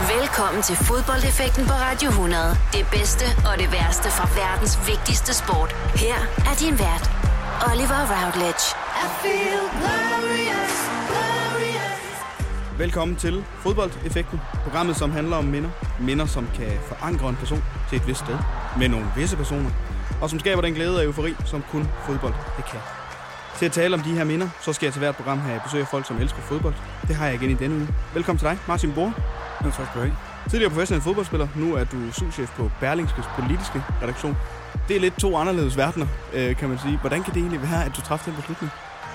Velkommen til fodboldeffekten på Radio 100. Det bedste og det værste fra verdens vigtigste sport. Her er din vært, Oliver Routledge. Velkommen til fodboldeffekten, programmet som handler om minder. Minder, som kan forankre en person til et vist sted med nogle visse personer, og som skaber den glæde og eufori, som kun fodbold det kan. Til at tale om de her minder, så skal jeg til hvert program have besøg af folk, som elsker fodbold. Det har jeg igen i denne uge. Velkommen til dig, Martin Borre. Tak skal du have. Tidligere professionel fodboldspiller, nu er du souschef på Berlingskes politiske redaktion. Det er lidt to anderledes verdener, kan man sige. Hvordan kan det egentlig være, at du træffede den beslutning?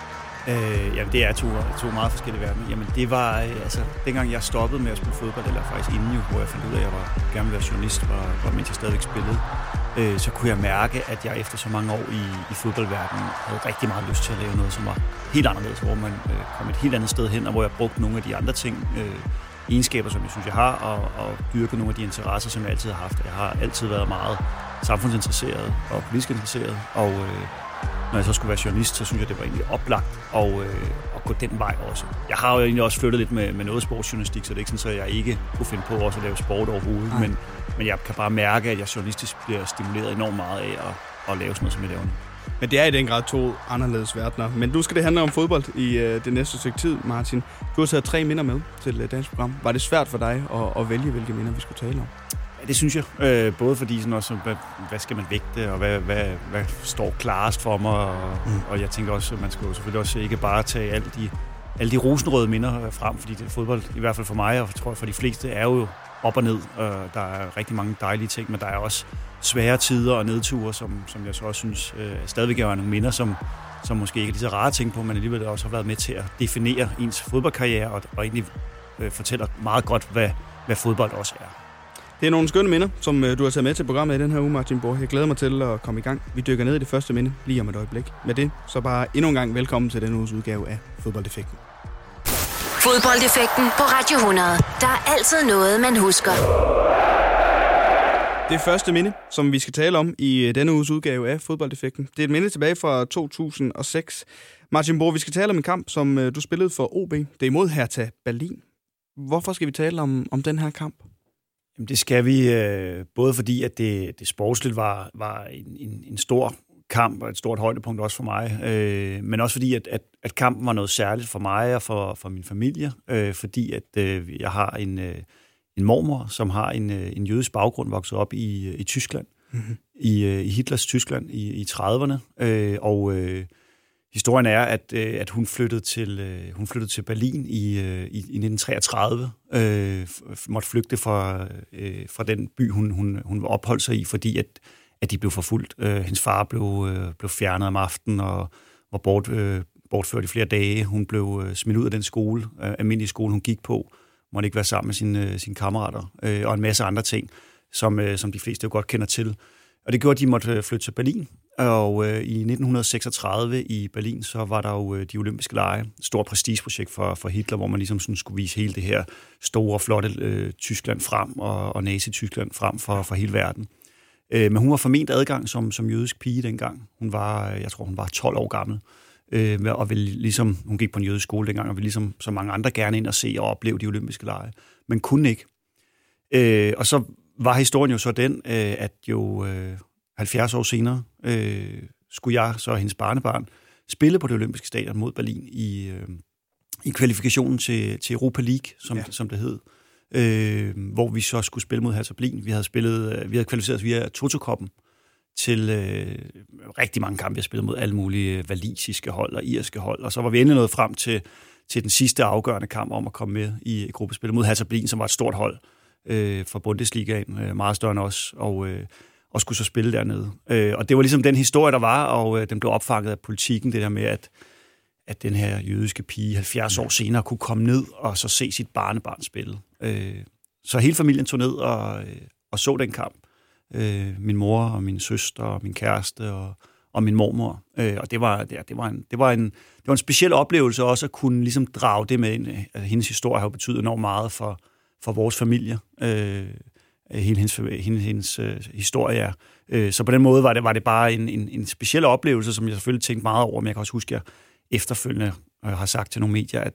Jamen, det er to meget forskellige verdener. Jamen, det var, dengang jeg stoppede med at spille fodbold, eller faktisk inden jo, hvor jeg fandt ud af, at jeg gerne ville være journalist, mens jeg stadigvæk spillede, så kunne jeg mærke, at jeg efter så mange år i fodboldverdenen havde rigtig meget lyst til at lave noget, som var helt anderledes, hvor man kom et helt andet sted hen, og hvor jeg brugte nogle af de andre ting, egenskaber, som jeg synes, jeg har, og dyrket nogle af de interesser, som jeg altid har haft. Jeg har altid været meget samfundsinteresseret og politisk interesseret, og når jeg så skulle være journalist, så synes jeg, det var egentlig oplagt at gå den vej også. Jeg har jo egentlig også flyttet lidt med noget sportsjournalistik, så det er ikke sådan, at jeg ikke kunne finde på også at lave sport overhovedet, men jeg kan bare mærke, at jeg journalistisk bliver stimuleret enormt meget af at lave sådan noget, som jeg laver nu. Men det er i den grad to anderledes verdener. Men nu skal det handle om fodbold i det næste stykke tid, Martin. Du har taget 3 minder med til dagens program. Var det svært for dig at vælge, hvilke minder vi skulle tale om? Ja, det synes jeg. Både fordi sådan også, hvad skal man vægte, og hvad står klarest for mig. Og jeg tænker også, at man skal jo selvfølgelig også ikke bare tage alle de rosenrøde minder frem, fordi det fodbold, i hvert fald for mig, og tror jeg for de fleste, er jo op og ned. Der er rigtig mange dejlige ting, men der er også svære tider og nedture, som jeg så også synes stadigvæk er nogle minder, som måske ikke er lige så rare ting på, men alligevel også har været med til at definere ens fodboldkarriere, og egentlig fortæller meget godt, hvad fodbold også er. Det er nogle skønne minder, som du har taget med til programmet i den her uge, Martin Borre. Jeg glæder mig til at komme i gang. Vi dykker ned i det første minde lige om et øjeblik. Med det, så bare endnu en gang velkommen til denne uges udgave af Fodboldeffekten. Fodboldeffekten på Radio 100. Der er altid noget, man husker. Det første minde, som vi skal tale om i denne uges udgave af Fodboldeffekten, det er et minde tilbage fra 2006. Martin Borre, vi skal tale om en kamp, som du spillede for OB. Det er imod Hertha Berlin. Hvorfor skal vi tale om den her kamp? Jamen, det skal vi både fordi, at det sportsligt var en stor kamp og et stort højdepunkt også for mig, men også fordi, at kampen var noget særligt for mig og for min familie, fordi at jeg har en mormor, som har en jødisk baggrund, vokset op i Tyskland, i Hitlers Tyskland i 30'erne, og historien er, at hun flyttede til Berlin i 1933, måtte flygte fra den by, hun opholdt sig i, fordi at de blev forfulgt. Hendes far blev fjernet om aftenen og var bortført i flere dage. Hun blev smidt ud af den skole, almindelige skole, hun gik på, måtte ikke være sammen med sine kammerater, og en masse andre ting, som de fleste jo godt kender til. Og det gjorde, at de måtte flytte til Berlin. Og i 1936 i Berlin, så var der jo de olympiske lege. Et stort prestigeprojekt for Hitler, hvor man ligesom sådan skulle vise hele det her store, flotte Tyskland frem, og Nazi-Tyskland frem for hele verden. Men hun var forment adgang som jødisk pige dengang. Jeg tror, hun var 12 år gammel. Og hun gik på en jødisk skole dengang, og ville ligesom så mange andre gerne ind og se og opleve de olympiske lege. Men kunne ikke. Og så var historien jo så den, at jo 70 år senere skulle jeg, så hendes barnebarn, spille på det olympiske stadion mod Berlin i kvalifikationen til Europa League, som det hed. Hvor vi så skulle spille mod Hertha Berlin. Vi havde kvalificeret os via Toto-koppen til rigtig mange kampe. Vi har spillet mod alle mulige walisiske hold og irske hold, og så var vi endelig nået frem til den sidste afgørende kamp om at komme med i gruppespillet mod Hertha Berlin, som var et stort hold for Bundesligaen, meget større end os, og skulle så spille dernede. Og det var ligesom den historie, der var, og den blev opfanget af politikken, det der med, at den her jødiske pige 70 år senere kunne komme ned og så se sit barnebarn spille. Så hele familien tog ned og så den kamp. Min mor og min søster og min kæreste og min mormor. Og det var en speciel oplevelse også at kunne ligesom drage det med ind. Altså, hendes historie har jo betydet enormt meget for vores familie. Hele hendes historie er. Så på den måde var det bare en speciel oplevelse, som jeg selvfølgelig tænkte meget over, men jeg kan også huske, at jeg efterfølgende har sagt til nogle medier,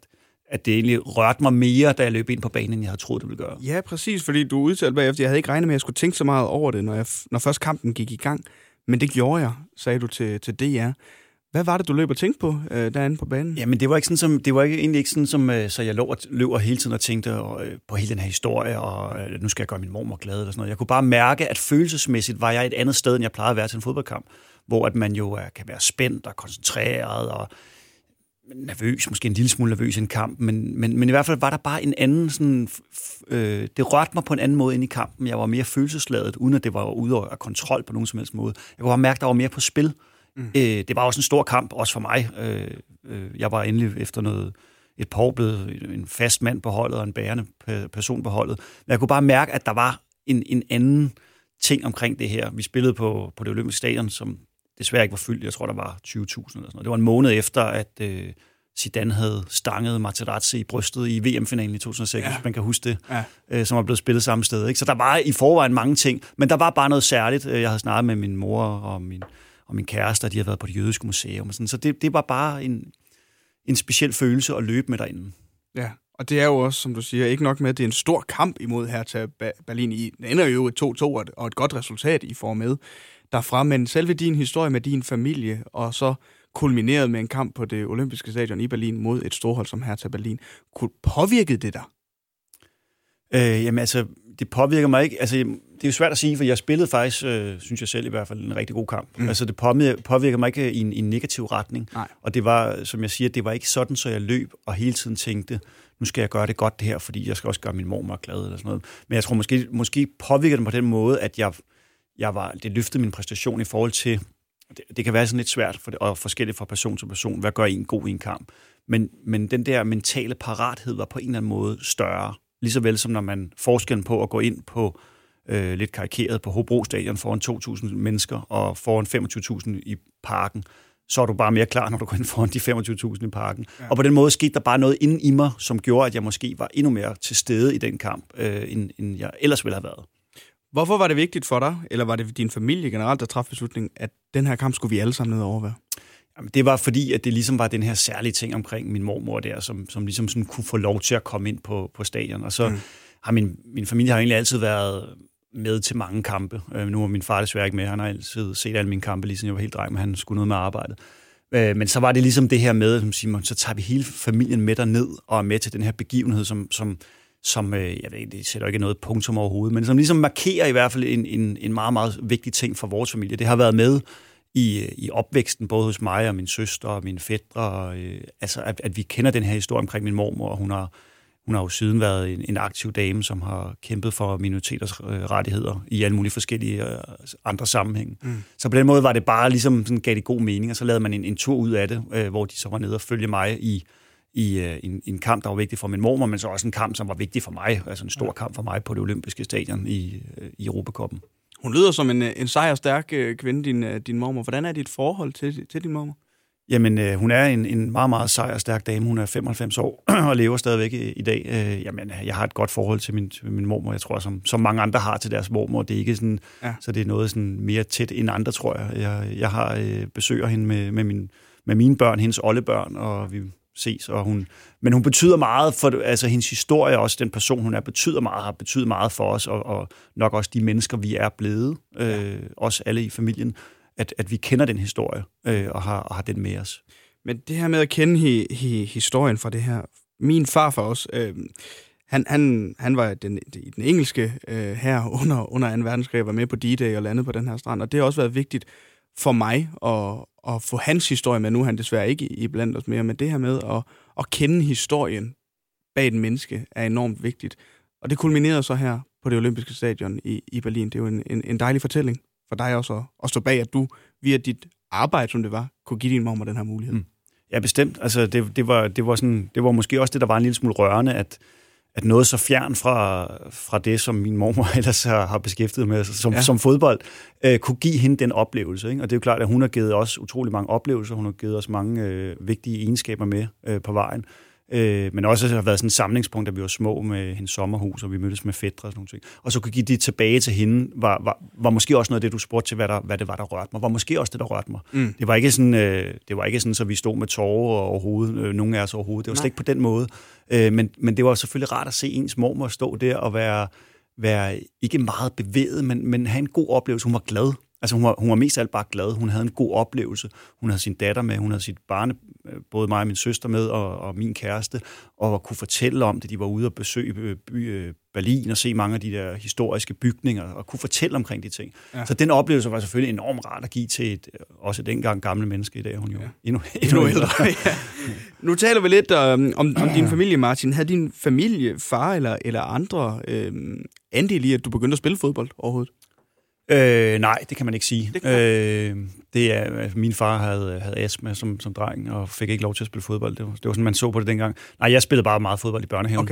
at det egentlig rørte mig mere, da jeg løb ind på banen, end jeg havde troet, det ville gøre. Ja, præcis, fordi du udtalte bagefter, jeg havde ikke regnet med, at jeg skulle tænke så meget over det, når først kampen gik i gang. Men det gjorde jeg, sagde du til DR. Hvad var det, du løb og tænkte på derinde på banen? Jamen, det var egentlig ikke sådan, så jeg løber hele tiden og tænkte på hele den her historie, og nu skal jeg gøre min mormor glad, eller sådan noget. Jeg kunne bare mærke, at følelsesmæssigt var jeg et andet sted, end jeg plejede at være til en fodboldkamp, hvor at man jo kan være spændt og koncentreret og nervøs, måske en lille smule nervøs i en kamp, men i hvert fald var der bare en anden sådan, det rørte mig på en anden måde ind i kampen. Jeg var mere følelsesladet, uden at det var ude af kontrol på nogen som helst måde. Jeg kunne bare mærke, at der var mere på spil. Det var også en stor kamp, også for mig. Jeg var endelig efter et par år blevet en fast mand på holdet og en bærende person på holdet. Men jeg kunne bare mærke, at der var en anden ting omkring det her. Vi spillede på det olympiske stadion, som desværre ikke var fyldt. Jeg tror, der var 20.000 eller sådan noget. Det var en måned efter, at Zidane havde stanget Materazzi i brystet i VM-finalen i 2006, hvis man kan huske det, som var blevet spillet samme sted. Ikke? Så der var i forvejen mange ting, men der var bare noget særligt. Jeg havde snakket med min mor og min kæreste, og de havde været på det jødiske museum. Og sådan. Så det var bare en speciel følelse at løbe med derinde. Ja, og det er jo også, som du siger, ikke nok med, at det er en stor kamp imod Hertha Berlin. Det ender jo et 2-2 og et godt resultat, I får med derfra. Men selve din historie med din familie, og så kulmineret med en kamp på det olympiske stadion i Berlin mod et storhold som Hertha Berlin, kunne påvirke det der? Jamen altså, det påvirker mig ikke. Altså, det er jo svært at sige, for jeg spillede faktisk, synes jeg selv i hvert fald, en rigtig god kamp. Altså, det påvirker mig ikke i en negativ retning. Nej. Og det var, som jeg siger, det var ikke sådan, så jeg løb og hele tiden tænkte, nu skal jeg gøre det godt det her, fordi jeg skal også gøre min mormor glad eller sådan noget. Men jeg tror måske påvirker det på den måde, at det løftede min præstation i forhold til, det kan være sådan lidt svært og forskelligt fra person til person, hvad gør en god i en kamp. Men den der mentale parathed var på en eller anden måde større. Lige så vel som når man forskellen på at gå ind på, lidt karikeret, på Hobro Stadion foran 2.000 mennesker og foran 25.000 i parken, så er du bare mere klar, når du går ind foran de 25.000 i parken. Ja. Og på den måde skete der bare noget inden i mig, som gjorde, at jeg måske var endnu mere til stede i den kamp, end jeg ellers ville have været. Hvorfor var det vigtigt for dig, eller var det din familie generelt, der træffede beslutningen, at den her kamp skulle vi alle sammen ned og overvære? Jamen, det var fordi, at det ligesom var den her særlige ting omkring min mormor der, som ligesom sådan kunne få lov til at komme ind på stadion. Og så har min familie har egentlig altid været med til mange kampe. Nu er min far desværre ikke med. Han har altid set alle mine kampe, ligesom jeg var helt dreng, men han skulle noget med arbejdet. Men så var det ligesom det her med, som Simon, så tager vi hele familien med derned og er med til den her begivenhed, som jeg ved, det sætter ikke noget punktum overhovedet, men som ligesom markerer i hvert fald en meget, meget vigtig ting for vores familie. Det har været med i opvæksten, både hos mig og min søster og mine fætre, altså at vi kender den her historie omkring min mormor, og hun har jo siden været en aktiv dame, som har kæmpet for minoriteters rettigheder i alle mulige forskellige andre sammenhænge. Så på den måde var det bare ligesom sådan, gav det god mening, og så lavede man en tur ud af det, hvor de så var nede og følge mig i en kamp, der var vigtig for min mormor, men så også en kamp, som var vigtig for mig, altså en stor kamp for mig på det olympiske stadion i Europacuppen. Hun lyder som en sejrstærk kvinde, din mormor. Hvordan er dit forhold til din mormor? Jamen, hun er en meget, meget sejrstærk dame. Hun er 95 år og lever stadigvæk i dag. Jamen, jeg har et godt forhold til min mormor, jeg tror, som mange andre har til deres mormor. Det er ikke sådan, så det er noget sådan mere tæt end andre, tror jeg. Jeg har besøger hende med mine børn, hendes oldebørn, og vi ses, men hun betyder meget for, altså hendes historie, også den person, hun er, har betydet meget for os, og nok også de mennesker, vi er blevet, også alle i familien, at vi kender den historie, og har den med os. Men det her med at kende historien fra det her, min farfar også, han var i den engelske her under 2. verdenskrig, var med på D-Day og landede på den her strand, og det har også været vigtigt for mig at få hans historie med. Nu er han desværre ikke i blandt os mere, men det her med at kende historien bag et menneske er enormt vigtigt. Og det kulminerede så her på det olympiske stadion i Berlin. Det er jo en dejlig fortælling for dig også at stå bag, at du via dit arbejde, som det var, kunne give din mormor den her mulighed. Ja, bestemt. Altså, det var måske også det, der var en lille smule rørende, at noget så fjern fra det, som min mormor ellers har beskæftiget med som fodbold, kunne give hende den oplevelse. Ikke? Og det er jo klart, at hun har givet os utrolig mange oplevelser, hun har givet os mange vigtige egenskaber med på vejen. Men også har været sådan et samlingspunkt, da vi var små med hendes sommerhus, og vi mødtes med fætre og sådan noget. Og så kunne give det tilbage til hende, var måske også noget af det, du spurgte til, hvad det var, der rørte mig. Var måske også det, der rørte mig. Det var ikke sådan, så vi stod med tårer over hovedet, nogen af os over hovedet. Det var slet ikke på den måde. Men det var selvfølgelig rart at se ens mormor stå der og være ikke meget bevæget, men have en god oplevelse. Hun var glad. Altså hun var mest af alt bare glad. Hun havde en god oplevelse. Hun havde sin datter med, hun havde sit barn, både mig og min søster med, og min kæreste, og kunne fortælle om det. De var ude og besøge Berlin og se mange af de der historiske bygninger, og kunne fortælle omkring de ting. Ja. Så den oplevelse var selvfølgelig enormt rart at give til også dengang gamle menneske. I dag hun jo endnu ældre. Ja. Nu taler vi lidt om din familie, Martin. Havde din familie, far eller andre andel i, at du begyndte at spille fodbold overhovedet? Nej, det kan man ikke sige. Min far havde astma som dreng, og fik ikke lov til at spille fodbold. Det var sådan, man så på det dengang. Nej, jeg spillede bare meget fodbold i børnehaven,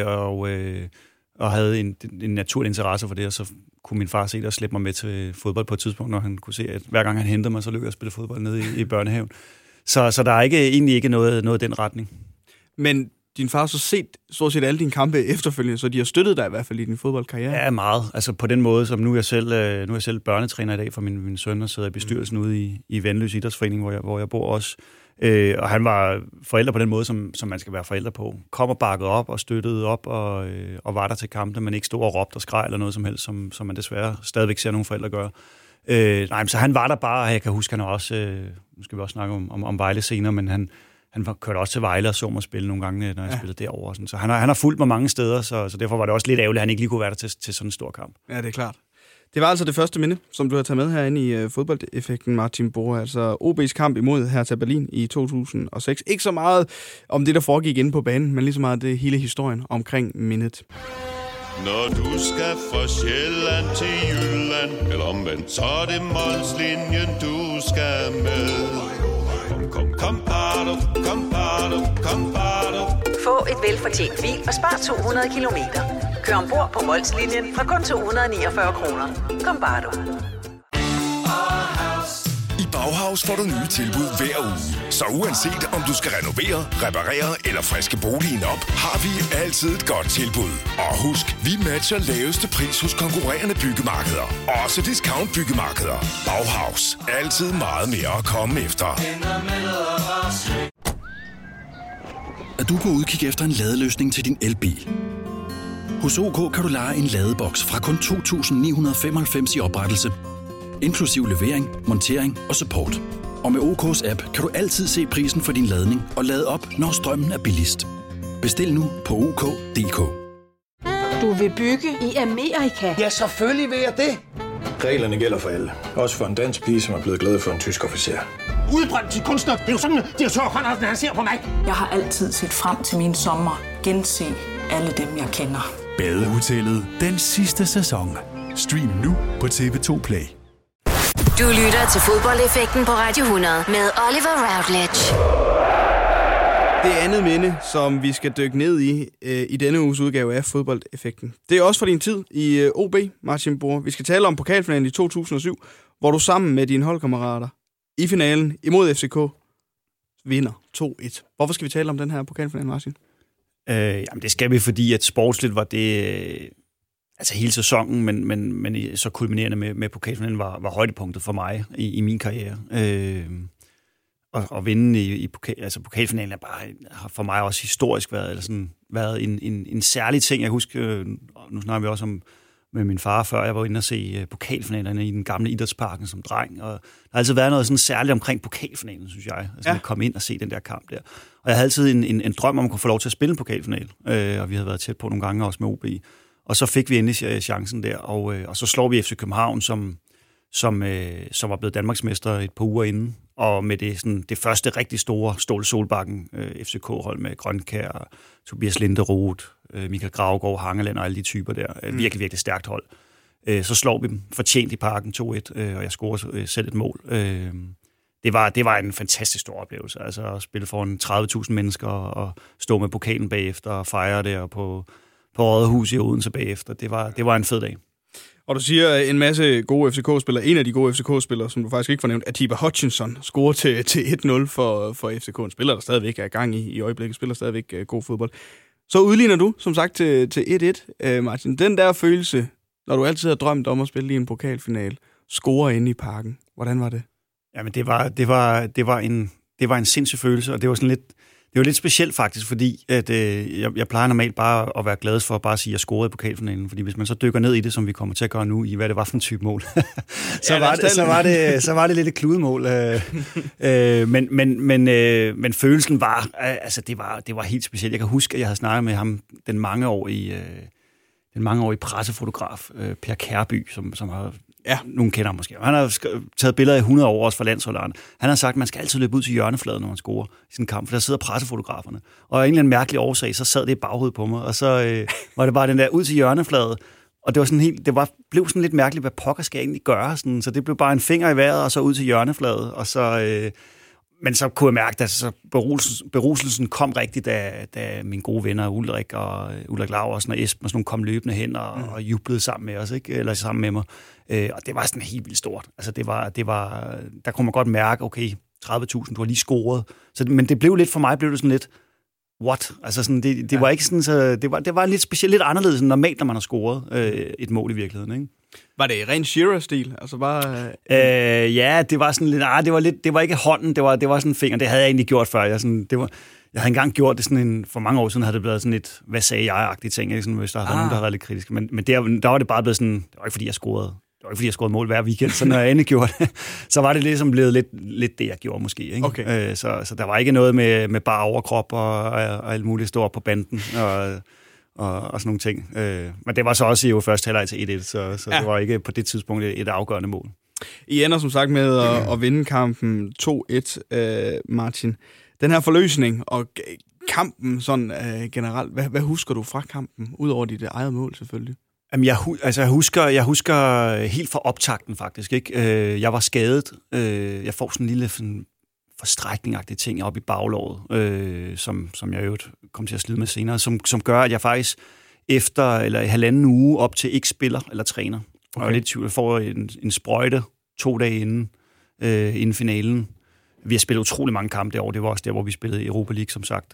og havde en naturlig interesse for det, og så kunne min far se det og slæbe mig med til fodbold på et tidspunkt, når han kunne se, at hver gang han hentede mig, så lykkedes jeg at spille fodbold nede i børnehaven. Så der er egentlig ikke noget i den retning. Men din far har så set stort set alle dine kampe efterfølgende, så de har støttet dig i hvert fald i din fodboldkarriere. Ja, meget. Altså på den måde, som nu er jeg selv børnetræner i dag for min søn, og sidder i bestyrelsen ude i Vandløs Idrætsforening, hvor jeg bor også. Og han var forældre på den måde, som man skal være forældre på. Kom og bakkede op og støttede op og var der til kampene, men ikke stod og råbte og skreg eller noget som helst, som man desværre stadigvæk ser nogle forældre gøre. Så han var der bare, og jeg kan huske, han også, nu skal vi også snakke om Vejle senere, men han kørte også til Vejle og så mig spille nogle gange, når jeg spillede derovre. Sådan. Så han har fulgt mig mange steder, så derfor var det også lidt ærgerligt, at han ikke lige kunne være der til sådan en stor kamp. Ja, det er klart. Det var altså det første minde, som du har taget med herinde i fodboldeffekten, Martin Borre. Altså OB's kamp imod Hertha Berlin i 2006. Ikke så meget om det, der foregik inde på banen, men lige så meget det hele historien omkring mindet. Når du skal fra Sjælland til Jylland, eller omvendt, så er det Molslinjen, du skal med. Kom, bado. Få et velfortjent bil og spar 200 kilometer. Kør ombord på Molslinjen fra kun 249 kroner. Kom, bado. I Bauhaus får du nye tilbud hver uge. Så uanset om du skal renovere, reparere eller friske boligen op, har vi altid et godt tilbud. Og husk, vi matcher laveste pris hos konkurrerende byggemarkeder. Også discount byggemarkeder. Bauhaus. Altid meget mere at komme efter. Er du på udkig efter en ladeløsning til din elbil? Hos OK kan du leje en ladeboks fra kun 2.995 i oprettelse, inklusiv levering, montering og support. Og med OK's app kan du altid se prisen for din ladning og lade op, når strømmen er billigst. Bestil nu på OK.dk. Du vil bygge i Amerika? Ja, selvfølgelig vil jeg det. Reglerne gælder for alle. Også for en dansk pige, som er blevet glad for en tysk officer. Udbrændt til kunstner. Det er jo sådan, at direktør Conradsen, han ser på mig. Jeg har altid set frem til min sommer. Gense alle dem, jeg kender. Badehotellet. Den sidste sæson. Stream nu på TV2 Play. Du lytter til fodboldeffekten på Radio 100 med Oliver Routledge. Det andet minde, som vi skal dykke ned i denne uges udgave af fodboldeffekten. Det er også for din tid i OB, Martin Borre. Vi skal tale om pokalfinalen i 2007, hvor du sammen med dine holdkammerater i finalen imod FCK vinder 2-1. Hvorfor skal vi tale om den her pokalfinal, Martin? Jamen det skal vi, fordi at sportsligt var det... Altså hele sæsonen, men så kulminerende med pokalfinalen var højdepunktet for mig i min karriere. Og vinde i pokalfinalen har for mig også historisk været en særlig ting. Jeg husker, nu snakker vi også om med min far, før jeg var inde og se pokalfinalerne i den gamle idrætsparken som dreng. Og der har altid været noget sådan særligt omkring pokalfinalen, synes jeg. Altså at komme ind og se den der kamp der. Og jeg havde altid en drøm om at kunne få lov til at spille en pokalfinal. Og vi havde været tæt på nogle gange også med OB. Og så fik vi endelig chancen der, og så slår vi FC København, som var blevet Danmarksmester et par uger inden, og med det første rigtig store Ståle Solbakken FCK-hold med Grønkjær, Tobias Linderoth, Michael Gravgaard, Hangeland og alle de typer der. Virkelig, virkelig stærkt hold. Så slår vi dem fortjent i parken 2-1, og jeg scorer selv et mål. Det var en fantastisk stor oplevelse, altså at spille foran 30.000 mennesker og stå med pokalen bagefter og fejre det, og på Rådhus i Odense bagefter. Det var en fed dag. Og du siger en masse gode FCK-spillere. En af de gode FCK-spillere, som du faktisk ikke får nævnt, Atiba Hutchinson, scorer til 1-0 for FCK. En spiller, der stadigvæk er i gang i øjeblikket. Spiller stadigvæk god fodbold. Så udligner du, som sagt, til 1-1, Martin. Den der følelse, når du altid har drømt om at spille i en pokalfinal, score inde i Parken. Hvordan var det? Jamen, det var en sindssyg følelse, og det var sådan lidt... Det var lidt specielt faktisk, fordi at, jeg plejer normalt bare at være glad for at bare sige, at jeg scorede i pokalfinalen. Fordi hvis man så dykker ned i det, som vi kommer til at gøre nu, i hvad det var for en type mål, så var det lidt et kludemål. Men følelsen var, altså det var helt specielt. Jeg kan huske, at jeg havde snakket med ham, den mangeårige pressefotograf, Per Kærby, som har... Ja, nogen kender ham måske. Han har taget billeder i 100 år også fra landsholderen. Han har sagt, at man skal altid løbe ud til hjørnefladen, når man scorer i sådan en kamp, for der sidder pressefotograferne. Og af en eller anden mærkelig årsag, så sad det i baghovedet på mig, og så var det bare den der ud til hjørnefladen. Og det var sådan blev sådan lidt mærkeligt, hvad pokker skal jeg egentlig gøre? Sådan, så det blev bare en finger i vejret, og så ud til hjørnefladen, og så... Men så kunne jeg mærke, at beruselsen kom rigtigt, da mine gode venner Ulrik Laursen og Esben og sådan kom løbende hen og jublede sammen med os, ikke? Eller sammen med mig. Og det var sådan helt vildt stort. Altså der kunne man godt mærke, okay, 30.000, du har lige scoret. Men det blev lidt for mig, blev det sådan lidt, what? Altså sådan, det var ikke sådan, så det var lidt specielt, lidt anderledes end normalt, når man har scoret et mål i virkeligheden, ikke? Var det ren Shearer-stil? Altså bare... Ja, det var sådan lidt... det var ikke hånden, det var sådan en finger. Det havde jeg egentlig gjort før. Jeg havde engang gjort det sådan for mange år siden, havde det blevet sådan et, hvad sagde jeg-agtigt ting, ikke? Sådan, hvis der havde nogen, der havde været lidt kritisk. Men der var det bare blevet sådan, det var ikke fordi, jeg scorede mål hver weekend, så når jeg endelig gjorde det, så var det ligesom blevet lidt det, jeg gjorde måske. Ikke? Okay. Så der var ikke noget med bare overkrop og alt muligt stå op på banden og sådan nogle ting. Men det var så også jo første halvleg til 1-1, så det var ikke på det tidspunkt et afgørende mål. I ender som sagt med at vinde kampen 2-1, Martin. Den her forløsning og kampen sådan generelt, hvad husker du fra kampen, udover dit eget mål selvfølgelig? Jamen, jeg husker helt fra optakten faktisk, ikke? Jeg var skadet. Jeg får sådan en lille forstrækning-agtige ting op i baglåret, som jeg jo kom til at slide med senere, som gør, at jeg faktisk efter halvanden uge op til ikke spiller eller træner. Okay. Og jeg er lidt i tvivl. Jeg får en sprøjte 2 dage inden finalen. Vi har spillet utrolig mange kampe derovre. Det var også der, hvor vi spillede i Europa League, som sagt.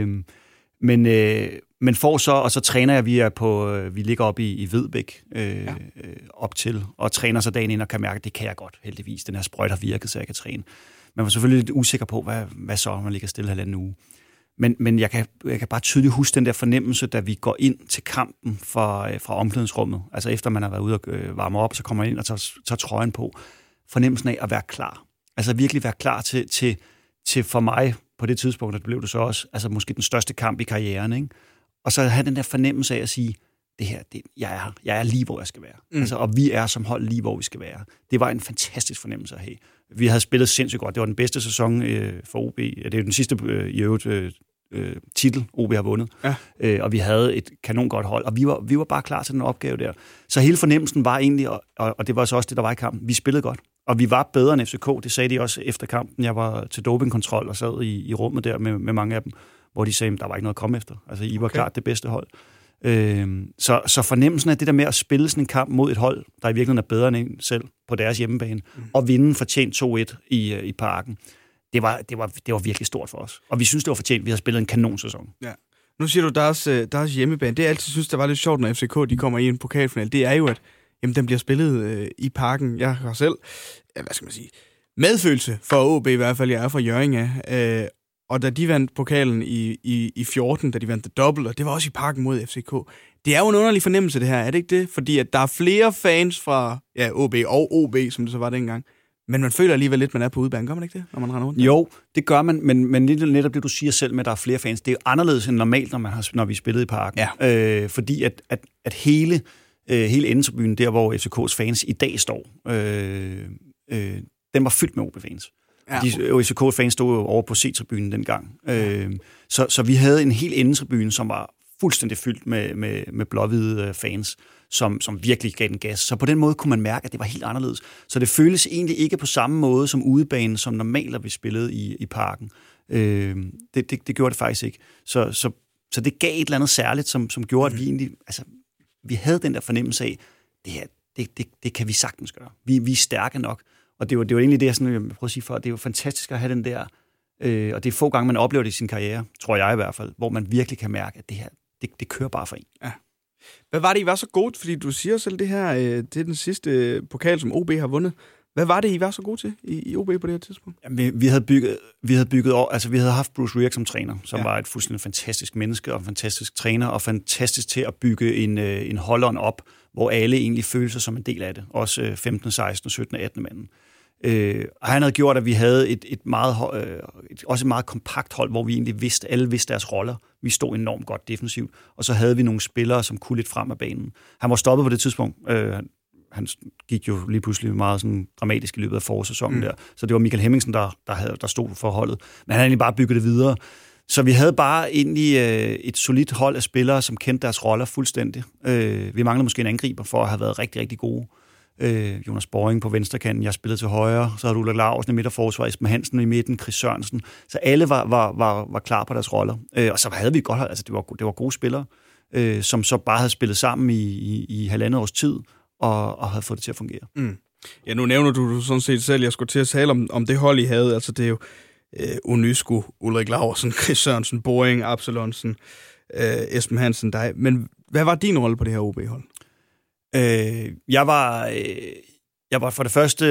Men får så, og så træner jeg, vi ligger oppe i Vedbæk op til, og træner så dagen ind og kan mærke, at det kan jeg godt, heldigvis. Den her sprøjt har virket, så jeg kan træne. Man var selvfølgelig lidt usikker på, hvad så, når man ligger stille halvanden uge. Men jeg kan bare tydeligt huske den der fornemmelse, da vi går ind til kampen fra omklædningsrummet. Altså efter man har været ude og varme op, så kommer man ind og tager trøjen på. Fornemmelsen af at være klar. Altså virkelig være klar til for mig, på det tidspunkt, det blev det så også, altså måske den største kamp i karrieren, ikke? Og så have den der fornemmelse af at sige, jeg er lige, hvor jeg skal være. Altså, og vi er som hold lige, hvor vi skal være. Det var en fantastisk fornemmelse at have. Vi havde spillet sindssygt godt. Det var den bedste sæson for OB. Det er den sidste titel, OB har vundet. Ja. Og vi havde et kanon godt hold, og vi var bare klar til den opgave der. Så hele fornemmelsen var egentlig, og det var så også det, der var i kampen, vi spillede godt. Og vi var bedre end FCK, det sagde de også efter kampen. Jeg var til dopingkontrol og sad i rummet der med mange af dem, hvor de sagde, at der var ikke noget at komme efter. Altså, I var klart det bedste hold. Så fornemmelsen af det der med at spille sådan en kamp mod et hold, der i virkeligheden er bedre end en selv på deres hjemmebane, og vinde fortjent 2-1 i Parken, det var virkelig stort for os. Og vi synes, det var fortjent. Vi har spillet en kanonsæson. Ja. Nu siger du, deres hjemmebane. Det jeg altid synes, der var lidt sjovt, når FCK de kommer i en pokalfinal, det er jo, at den bliver spillet i Parken. Jeg har selv, medfølelse for OB i hvert fald, jeg er fra Hjørring af. Og da de vandt pokalen i 14, da de vandt det dobbelt, og det var også i Parken mod FCK. Det er jo en underlig fornemmelse, det her, er det ikke det? Fordi at der er flere fans fra OB og OB, som det så var dengang. Men man føler alligevel lidt, man er på udebane. Gør man ikke det, når man render rundt? Jo, det gør man, men netop det, du siger selv med, at der er flere fans, det er anderledes end normalt, når vi spillede i Parken. Ja. Fordi at hele endetribunen, der hvor FCK's fans i dag står, den var fyldt med OB-fans. Ja. FCK's fans stod jo over på C-tribunen dengang. Ja. Så vi havde en hel endetribune, som var fuldstændig fyldt med blåhvide fans, som virkelig gav den gas. Så på den måde kunne man mærke, at det var helt anderledes. Så det føles egentlig ikke på samme måde som udebanen, som normalt, at vi spillede i Parken. Det gjorde det faktisk ikke. Så det gav et eller andet særligt, som gjorde, at vi egentlig... Altså, vi havde den der fornemmelse af, det her, det kan vi sagtens gøre. Vi er stærke nok. Og det var egentlig det, jeg prøver at sige før. Det er jo fantastisk at have den der, og det er få gange, man oplever det i sin karriere, tror jeg i hvert fald, hvor man virkelig kan mærke, at det her, det kører bare for en. Ja. Hvad var det, I var så gode? Fordi du siger selv det her, det er den sidste pokal, som OB har vundet. Hvad var det, I var så gode til i OB på det her tidspunkt? Jamen, vi havde haft Bruce Rierk som træner, som var et fuldstændig fantastisk menneske og en fantastisk træner, og fantastisk til at bygge en hold-on op, hvor alle egentlig følte sig som en del af det. Også 15, 16, 17, 18 manden. Og han havde gjort, at vi havde et meget kompakt hold, hvor vi egentlig alle vidste deres roller. Vi stod enormt godt defensivt, og så havde vi nogle spillere, som kunne lidt frem af banen. Han var stoppet på det tidspunkt. Han gik jo lige pludselig meget sådan dramatisk i løbet af forårssæsonen der. Så det var Michael Hemmingsen, der stod for holdet. Men han havde egentlig bare bygget det videre. Så vi havde bare egentlig et solidt hold af spillere, som kendte deres roller fuldstændig. Vi manglede måske en angriber for at have været rigtig, rigtig gode. Jonas Boring på venstrekanten, jeg spillede til højre, så havde Ulrik Laursen i midterforsvar, Esben Hansen i midten, Chris Sørensen. Så alle var klar på deres roller. Og så havde vi et godt hold, altså det var gode spillere, som så bare havde spillet sammen i halvandet års tid, og havde fået det til at fungere. Mm. Ja, nu nævner du sådan set selv, jeg skulle til at tale om det hold, I havde. Altså det er jo Onysku, Ulrik Laursen, Chris Sørensen, Boring, Absalonsen, Esben Hansen, dig. Men hvad var din rolle på det her OB-hold? Jeg var for det første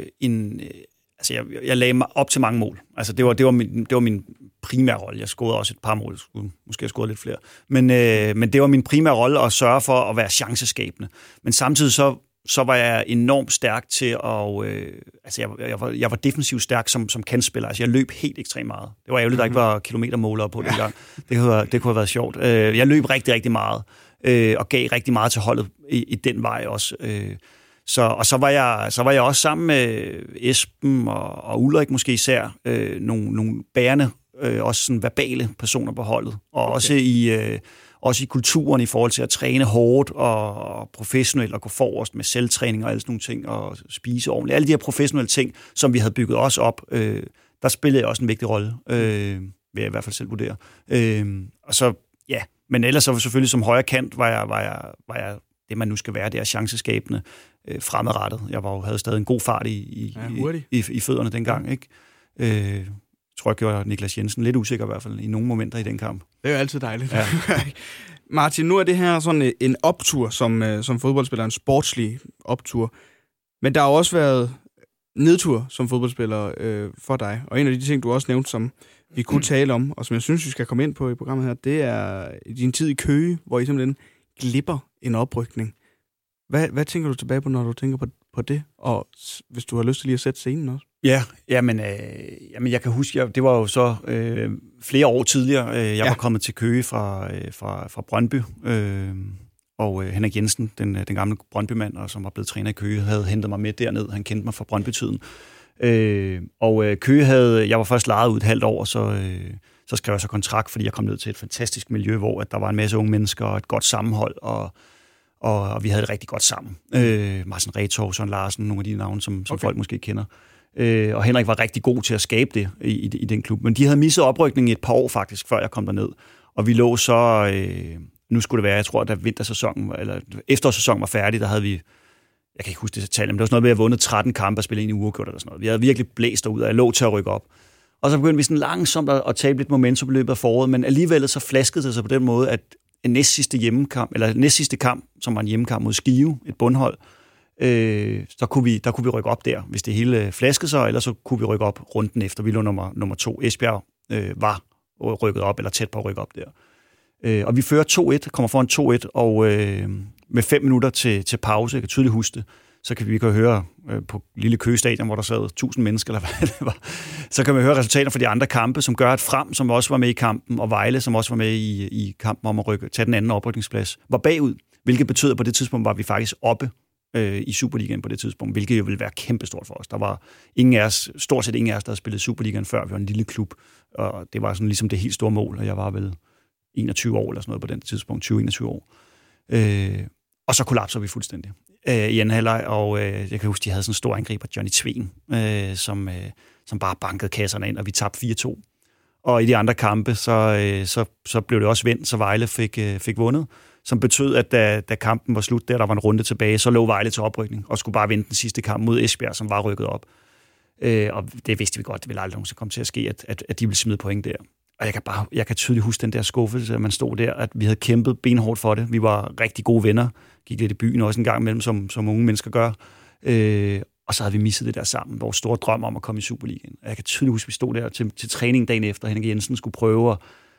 jeg lagde mig op til mange mål. Altså det var min primære rolle. Jeg scorede også et par mål. Måske jeg scorede lidt flere. Men det var min primære rolle at sørge for at være chanceskabende. Men samtidig så var jeg enormt stærk til at... jeg var defensivt stærk som kantspiller. Altså jeg løb helt ekstremt meget. Det var ærgerligt, der ikke var kilometermålere på dengang. Det kunne have været sjovt. Jeg løb rigtig, rigtig meget. Og gav rigtig meget til holdet i den vej også. Så var jeg også sammen med Esben og Ulrik måske især, nogle bærende, også sådan verbale personer på holdet. Og okay. Også i kulturen i forhold til at træne hårdt og professionelt og gå forrest med selvtræning og alle sådan nogle ting, og spise ordentligt. Alle de her professionelle ting, som vi havde bygget os op, der spillede jeg også en vigtig rolle, vil jeg i hvert fald selv vurdere. Og så, ja, men ellers så selvfølgelig som højre kant var jeg det, man nu skal være, det er chanceskabende fremadrettet. Jeg havde stadig en god fart i fødderne dengang, ikke? Jeg tror, jeg gjorde Niklas Jensen lidt usikker i hvert fald i nogle momenter i den kamp. Det er jo altid dejligt. Ja. Martin, nu er det her sådan en optur som fodboldspiller, en sportslig optur. Men der har også været nedtur som fodboldspiller for dig. Og en af de ting, du også nævnte, som vi kunne tale om, og som jeg synes, vi skal komme ind på i programmet her, det er din tid i Køge, hvor I simpelthen glipper en oprykning. Hvad tænker du tilbage på, når du tænker på det? Og hvis du har lyst til lige at sætte scenen også? Ja, men jeg kan huske, det var jo så flere år tidligere. Jeg var kommet til Køge fra Brøndby, og Henrik Jensen, den gamle Brøndby-mand, og som var blevet træner i Køge, havde hentet mig med derned. Han kendte mig fra Brøndby-tiden. Og Køge jeg var først lejet ud et halvt år, og så skrev jeg så kontrakt, fordi jeg kom ned til et fantastisk miljø, hvor at der var en masse unge mennesker og et godt sammenhold, og vi havde det rigtig godt sammen. Martin Retorv, Søren Larsen, nogle af de navne, som folk måske kender. Og Henrik var rigtig god til at skabe det i den klub. Men de havde misset oprykningen i et par år faktisk, før jeg kom derned. Og vi lå så... nu skulle det være, jeg tror, da vintersæsonen, eller efterårssæsonen var færdig, der havde vi... Jeg kan ikke huske det tal, men det var sådan noget, vi havde vundet 13 kampe og spillet ind i uafgjort eller sådan noget. Vi havde virkelig blæst derud, og jeg lå til at rykke op. Og så begyndte vi sådan langsomt at tabe lidt momentum i løbet af foråret, men alligevel så flaskede det sig på den måde, at næstsidste kamp, som var en hjemmekamp mod Skive, et bundhold, der kunne vi rykke op der, hvis det hele flaskede sig, eller så kunne vi rykke op runden efter. Vi lå nummer 2. Esbjerg var rykket op, eller tæt på at rykke op der. Og vi fører 2-1, kommer foran 2-1, og med 5 minutter til pause, jeg kan tydeligt huske det, så kan vi høre på lille Køge Stadion, hvor der sad 1000 mennesker, eller hvad det var, så kan vi høre resultater fra de andre kampe, som gør, at Frem, som også var med i kampen, og Vejle, som også var med i kampen om at tage den anden oprykningsplads, var bagud, hvilket betød, at på det tidspunkt var vi faktisk oppe i Superligaen på det tidspunkt, hvilket jo ville være kæmpestort for os. Der var stort set ingen af os, der havde spillet Superligaen før. Vi var en lille klub, og det var sådan ligesom det helt store mål, og jeg var vel 21 år eller sådan noget på den tidspunkt, 20-21 år. Og så kollapser vi fuldstændig i anden halvleg, og jeg kan huske, de havde sådan en stor angriber, Johnny Tveen, som bare bankede kasserne ind, og vi tabte 4-2. Og i de andre kampe, så blev det også vendt, så Vejle fik vundet. som betød, at da kampen var slut, der var en runde tilbage, så lå Vejle til oprykning, og skulle bare vinde den sidste kamp mod Esbjerg, som var rykket op. Og det vidste vi godt, det ville aldrig nogensinde komme til at ske, at de ville smide point der. Og jeg kan tydeligt huske den der skuffelse, at man stod der, at vi havde kæmpet benhårdt for det. Vi var rigtig gode venner, gik lidt i byen også en gang imellem, som unge mennesker gør. Og så havde vi misset det der sammen, vores store drøm om at komme i Superligaen. Og jeg kan tydeligt huske, at vi stod der til træning dagen efter, Henrik Jensen skulle prøve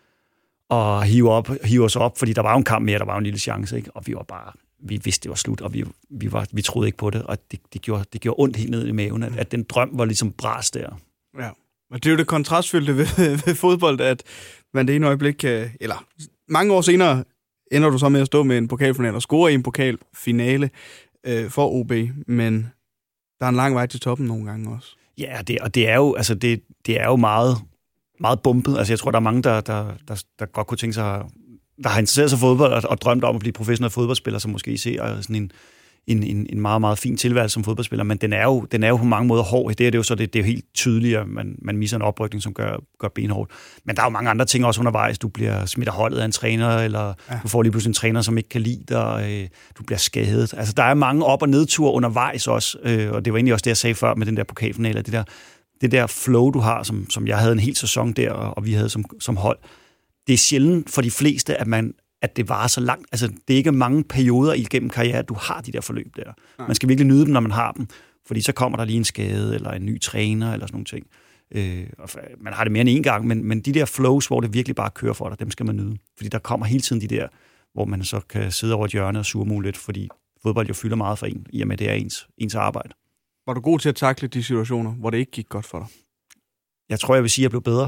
at hive os op, fordi der var jo en kamp mere, der var jo en lille chance, ikke? Og vi vidste, det var slut, og vi troede ikke på det, og det gjorde ondt helt ned i maven, at den drøm var ligesom bras der. Ja, og det er jo det kontrastfyldte ved fodbold, at man det ene øjeblik eller mange år senere ender du så med at stå med en pokalfinale og score i en pokalfinale for OB, men der er en lang vej til toppen nogle gange også. Ja, det er jo, altså det er jo meget, meget bumpet. Altså jeg tror, der er mange, der godt kunne tænke sig, der har interesseret sig for fodbold og drømt om at blive professionel fodboldspiller, som måske ser sådan en meget, meget fin tilværelse som fodboldspiller, men den er jo på mange måder hård. Det er jo så det er jo helt tydeligt, at man misser en oprykning, som gør benhårdt. Men der er jo mange andre ting også undervejs. Du bliver smidt af holdet af en træner, eller du får lige pludselig en træner, som ikke kan lide dig, du bliver skadet. Altså der er mange op- og nedture undervejs også, og det var egentlig også det, jeg sagde før med den der pokalfinale, det der flow, du har, som jeg havde en hel sæson der, og vi havde som hold. Det er sjældent for de fleste, at det varer så langt. Altså, det er ikke mange perioder igennem karriere, at du har de der forløb der. Nej. Man skal virkelig nyde dem, når man har dem, fordi så kommer der lige en skade, eller en ny træner, eller sådan nogle ting. Man har det mere end en gang, men de der flows, hvor det virkelig bare kører for dig, dem skal man nyde. Fordi der kommer hele tiden de der, hvor man så kan sidde over et hjørne og surmule lidt, fordi fodbold jo fylder meget for en, i og med det er ens arbejde. Var du god til at takle de situationer, hvor det ikke gik godt for dig? Jeg tror, jeg vil sige, at jeg blev bedre.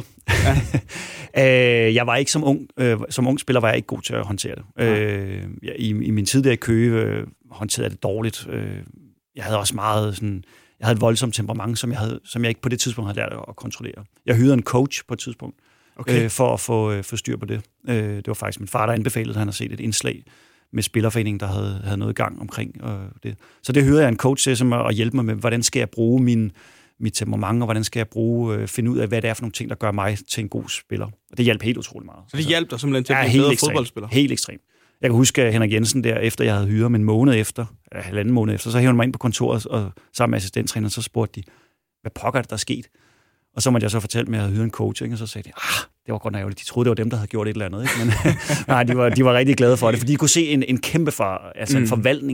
Ja. Jeg var ikke som ung spiller, var jeg ikke god til at håndtere det. I min tid der i Køge håndterede jeg det dårligt. Jeg havde også meget sådan, jeg havde et voldsomt temperament, som jeg ikke på det tidspunkt havde lært at kontrollere. Jeg hyrede en coach på et tidspunkt, for at få styr på det. Det var faktisk min far, der anbefalede, at han havde set et indslag med Spillerforeningen, der havde noget i gang omkring det. Så det hyrede jeg en coach til, som at hjælpe mig med, hvordan skal jeg bruge mit temperament, og hvordan skal jeg finde ud af, hvad det er for nogle ting, der gør mig til en god spiller. Og det hjalp helt utrolig meget. Så det hjalp dig simpelthen til at blive bedre fodboldspiller? Helt ekstremt. Jeg kan huske, at Henrik Jensen der, efter jeg havde hyret ham halvanden måned efter, så hævde han mig ind på kontoret, og sammen med assistenttræneren, så spurgte de, hvad pokker det, der er sket? Og så måtte jeg så fortælle mig, at jeg havde hyret en coach, ikke? Og så sagde de, det var godt nok ærgerligt. De troede, det var dem, der havde gjort et eller andet. Ikke? Men nej, de var rigtig glade for det, fordi de kunne se en kæmpe en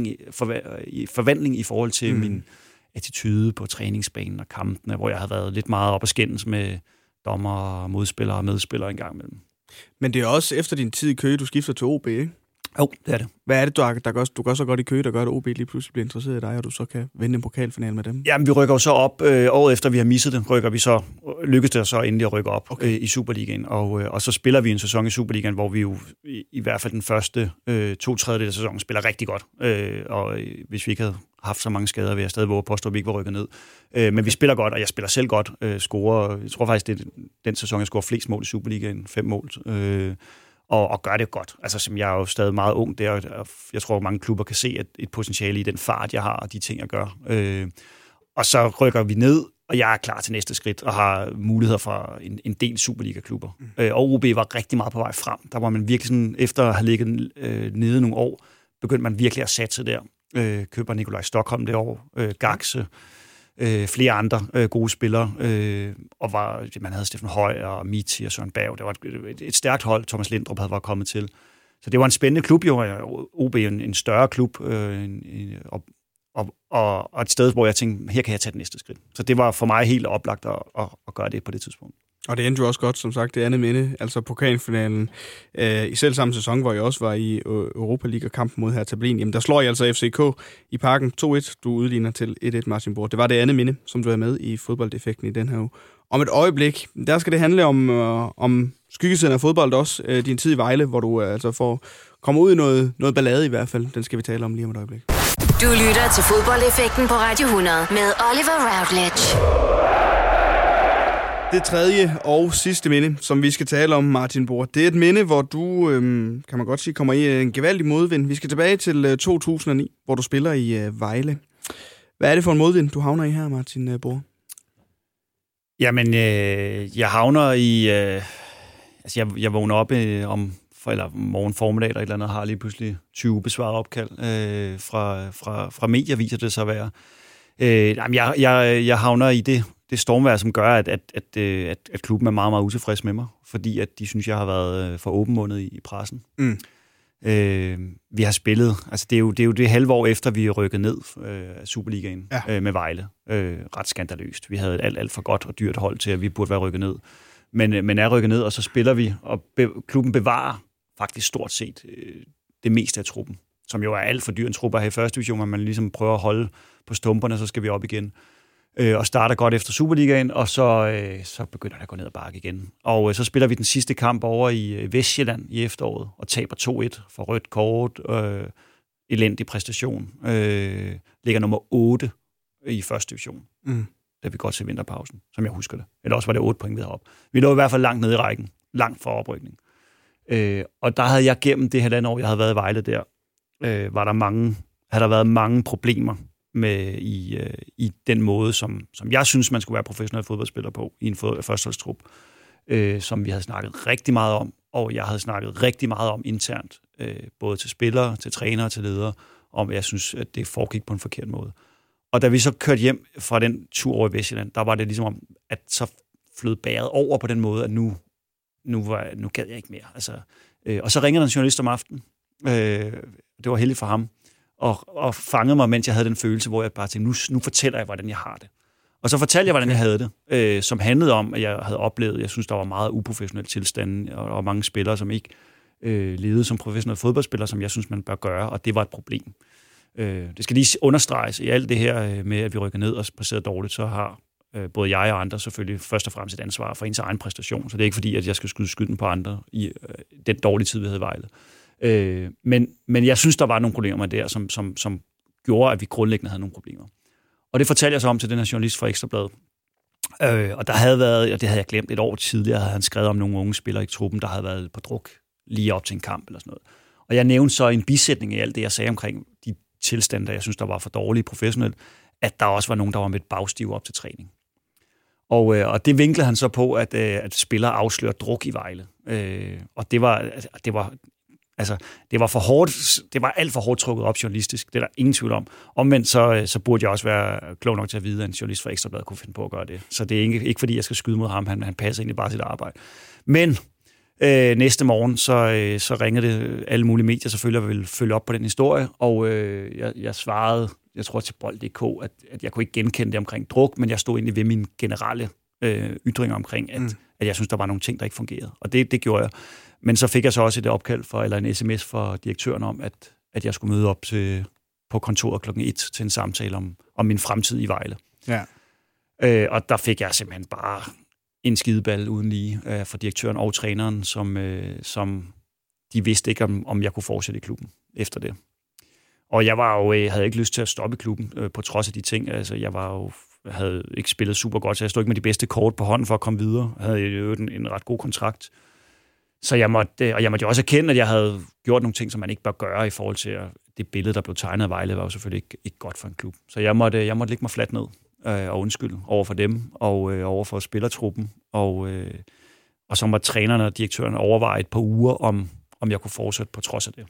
forvandling i forhold til min attitude på træningsbanen og kampene, hvor jeg havde været lidt meget op og skændes med dommer, modspillere og medspillere en gang imellem. Men det er også efter din tid i Køge, du skifter til OB, ikke? Jo, det er det. Hvad er det, du gør så godt i Køge, der gør, at OB lige pludselig bliver interesseret i dig, og du så kan vinde en pokalfinale med dem? Jamen, vi rykker jo så op. Året efter, vi har misset det, lykkes det så endelig at rykke op i Superligaen. Og så spiller vi en sæson i Superligaen, hvor vi jo i hvert fald den første 2/3 af sæsonen spiller rigtig godt. Og hvis vi ikke havde haft så mange skader, vil jeg stadig våge påstå, at vi ikke var rykket ned. Men vi spiller godt, og jeg spiller selv godt. Jeg tror faktisk, det er den sæson, jeg scorer flest mål i Superligaen. 5 mål. Og gør det godt. Altså, som jeg er jo stadig meget ung der, og jeg tror, mange klubber kan se et potentiale i den fart, jeg har, og de ting, jeg gør. Og så rykker vi ned, og jeg er klar til næste skridt, og har muligheder for en del Superliga-klubber. Og OB var rigtig meget på vej frem. Der var man virkelig sådan, efter at have ligget nede nogle år, begyndte man virkelig at satse der. Køber Nikolaj Stockholm det år, Gaxe, flere andre gode spillere, og man havde Steffen Høj og Miti og Søren Berg. Det var et stærkt hold, Thomas Lindrup havde været kommet til. Så det var en spændende klub, jo. OB en større klub, og et sted, hvor jeg tænkte, her kan jeg tage det næste skridt. Så det var for mig helt oplagt at gøre det på det tidspunkt. Og det endte jo også godt, som sagt, det andet minde, altså pokalfinalen i selv samme sæson, hvor jeg også var i Europa League-kampen mod Hertha Berlin. Jamen, der slår jeg altså FCK i Parken 2-1. Du udligner til 1-1, Martin Borg. Det var det andet minde, som du er med i fodboldeffekten i den her uge. Om et øjeblik, der skal det handle om skyggesiden af fodbold også. Din tid i Vejle, hvor du altså kommer ud i noget ballade i hvert fald. Den skal vi tale om lige om et øjeblik. Du lytter til fodboldeffekten på Radio 100 med Oliver Routledge. Det tredje og sidste minde, som vi skal tale om, Martin Borg, det er et minde, hvor du, kan man godt sige, kommer i en gevaldig modvind. Vi skal tilbage til 2009, hvor du spiller i Vejle. Hvad er det for en modvind, du havner i her, Martin Borg? Jamen, jeg havner i... jeg vågner op om eller morgen formiddag eller et eller andet, har lige pludselig 20 besvarede opkald fra medier, viser det sig at være. Jeg havner i det stormvejr, som gør, at klubben er meget, meget utilfreds med mig, fordi at de synes, jeg har været for åbenmundet i pressen. Mm. Vi har spillet, altså det er jo det halve år efter, vi er rykket ned af Superligaen med Vejle. Ret skandaløst. Vi havde et alt for godt og dyrt hold til, at vi burde være rykket ned. Men er rykket ned, og så spiller vi, og klubben bevarer faktisk stort set det meste af truppen, som jo er alt for dyr en truppe at have i første division, hvor man ligesom prøver at holde på stumperne, så skal vi op igen. Og starter godt efter Superligaen, og så begynder det at gå ned ad bakke igen. Og så spiller vi den sidste kamp over i Vestjylland i efteråret, og taber 2-1 for rødt kort, elendig præstation. Ligger nummer 8 i første division, da vi går til vinterpausen, som jeg husker det. Eller også var det 8 point ved heroppe. Vi lå i hvert fald langt nede i rækken, langt for oprykning. Og der havde jeg gennem det halvandet år, jeg havde været i Vejle der, havde der været mange problemer med i den måde, som jeg synes, man skulle være professionel fodboldspiller på i en førsteholdstrup, som vi havde snakket rigtig meget om, og jeg havde snakket rigtig meget om internt, både til spillere, til trænere, til ledere, om jeg synes, at det foregik på en forkert måde. Og da vi så kørte hjem fra den tur over i Vestjylland, der var det ligesom om, at så flød bæret over på den måde, at nu gad jeg ikke mere. Altså, og så ringede en journalist om aftenen. Det var heldigt for ham. Og fangede mig, mens jeg havde den følelse, hvor jeg bare tænkte, nu fortæller jeg, hvordan jeg har det. Og så fortalte jeg, hvordan jeg havde det, som handlede om, at jeg havde oplevet, jeg synes, der var meget uprofessionel tilstand, og mange spillere, som ikke levede som professionelle fodboldspillere, som jeg synes, man bør gøre, og det var et problem. Det skal lige understreges i alt det her med, at vi rykker ned og præsterer dårligt, så har både jeg og andre selvfølgelig først og fremmest et ansvar for ens egen præstation, så det er ikke fordi, at jeg skal skyde skylden på andre i den dårlige tid, vi havde i Vejle. Men jeg synes, der var nogle problemer der, som gjorde, at vi grundlæggende havde nogle problemer. Og det fortalte jeg så om til den her journalist fra Ekstra Bladet. Og der havde været, og det havde jeg glemt et år tidligere, havde han skrevet om nogle unge spillere i truppen, der havde været på druk lige op til en kamp eller sådan noget. Og jeg nævnte så en bisætning i alt det, jeg sagde omkring de tilstande, der jeg synes, der var for dårlige professionelt, at der også var nogen, der var med et bagstiv op til træning. Og det vinklede han så på, at spillere afslører druk i Vejle. Og det var for hårdt, det var alt for hårdt trukket op journalistisk, det er der ingen tvivl om. Omvendt så burde jeg også være klog nok til at vide, at en journalist fra Ekstra Bladet kunne finde på at gøre det. Så det er ikke fordi, jeg skal skyde mod ham, han passer egentlig bare sit arbejde. Men næste morgen, så ringede det alle mulige medier selvfølgelig, og ville følge op på den historie, og jeg svarede, jeg tror til Bold.dk, at jeg kunne ikke genkende det omkring druk, men jeg stod egentlig ved mine generelle ytringer omkring, at jeg synes, der var nogle ting, der ikke fungerede. Og det gjorde jeg. Men så fik jeg så også et opkald eller en sms fra direktøren om, at jeg skulle møde op på kontoret klokken 1 til en samtale om min fremtid i Vejle. Ja. Og der fik jeg simpelthen bare en skideball uden lige fra direktøren og træneren, som de vidste ikke, om jeg kunne fortsætte i klubben efter det. Og jeg havde ikke lyst til at stoppe klubben på trods af de ting. Altså, jeg havde ikke spillet super godt, så jeg stod ikke med de bedste kort på hånden for at komme videre. Jeg havde jo en ret god kontrakt. Så jeg måtte jo også erkende, at jeg havde gjort nogle ting, som man ikke bør gøre i forhold til det billede, der blev tegnet af Vejle, var jo selvfølgelig ikke godt for en klub. Så jeg måtte lægge mig fladt ned og undskylde over for dem og over for spillertruppen. Og så måtte trænerne og direktøren overveje et par uger, om jeg kunne fortsætte på trods af det.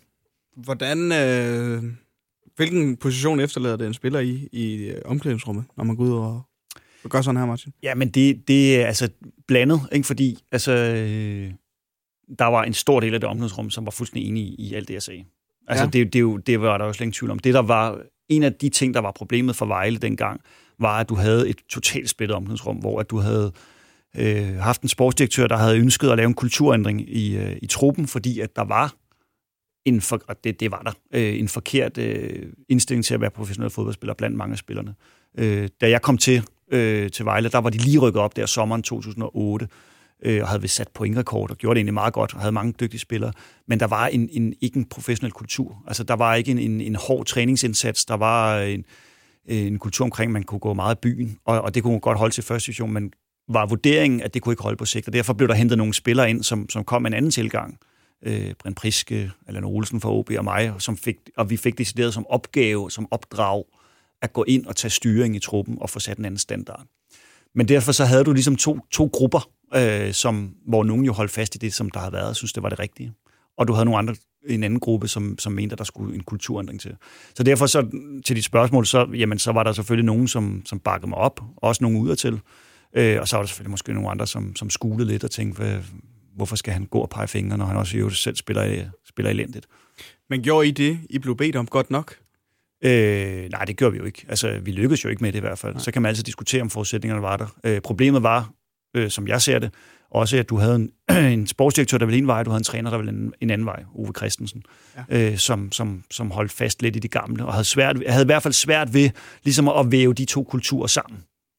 Hvilken position efterlader det en spiller i omklædningsrummet, når man går ud og gør sådan her, Martin? Ja, men det er altså blandet, ikke? Fordi der var en stor del af det omklædningsrum, som var fuldstændig enige i alt det, jeg sagde. Altså, det var der jo slet ingen tvivl om. Det, der var en af de ting, der var problemet for Vejle dengang, var, at du havde et totalt splittet omklædningsrum, hvor at du havde haft en sportsdirektør, der havde ønsket at lave en kulturændring i truppen, fordi at der var en forkert indstilling til at være professionel fodboldspiller blandt mange af spillerne. Da jeg kom til Vejle, der var de lige rykket op der sommeren 2008, og havde vist sat pointrekord og gjorde det egentlig meget godt, og havde mange dygtige spillere. Men der var ikke en professionel kultur. Altså, der var ikke en hård træningsindsats. Der var en kultur omkring, man kunne gå meget i byen, og det kunne godt holde til første division, men var vurderingen, at det kunne ikke holde på sigt. Og derfor blev der hentet nogle spillere ind, som kom med en anden tilgang. Brind Priske, Allan Olsen fra OB og mig, og vi fik decideret som opgave, som opdrag, at gå ind og tage styring i truppen og få sat en anden standard. Men derfor så havde du ligesom to grupper, hvor nogen jo holdt fast i det, som der havde været, og synes, det var det rigtige. og du havde nogle andre, en anden gruppe, som mente, at der skulle en kulturændring til. Så derfor så, til dit spørgsmål, så var der selvfølgelig nogen, som bakkede mig op, også nogen udadtil, og så var der selvfølgelig måske nogle andre, som skulede lidt og tænkte, hvorfor skal han gå og pege fingre, når han også jo selv spiller elendigt. Men gjorde I det, I blev bedt om godt nok? Nej, det gjorde vi jo ikke. Altså, vi lykkedes jo ikke med det i hvert fald. Nej. Så kan man altid diskutere, om forudsætningerne var der. Problemet var, som jeg ser det, også at du havde en sportsdirektør, der ville en vej, du havde en træner, der ville en anden vej, Ove Christensen, som holdt fast lidt i det gamle, og havde i hvert fald svært ved ligesom at væve de to kulturer sammen.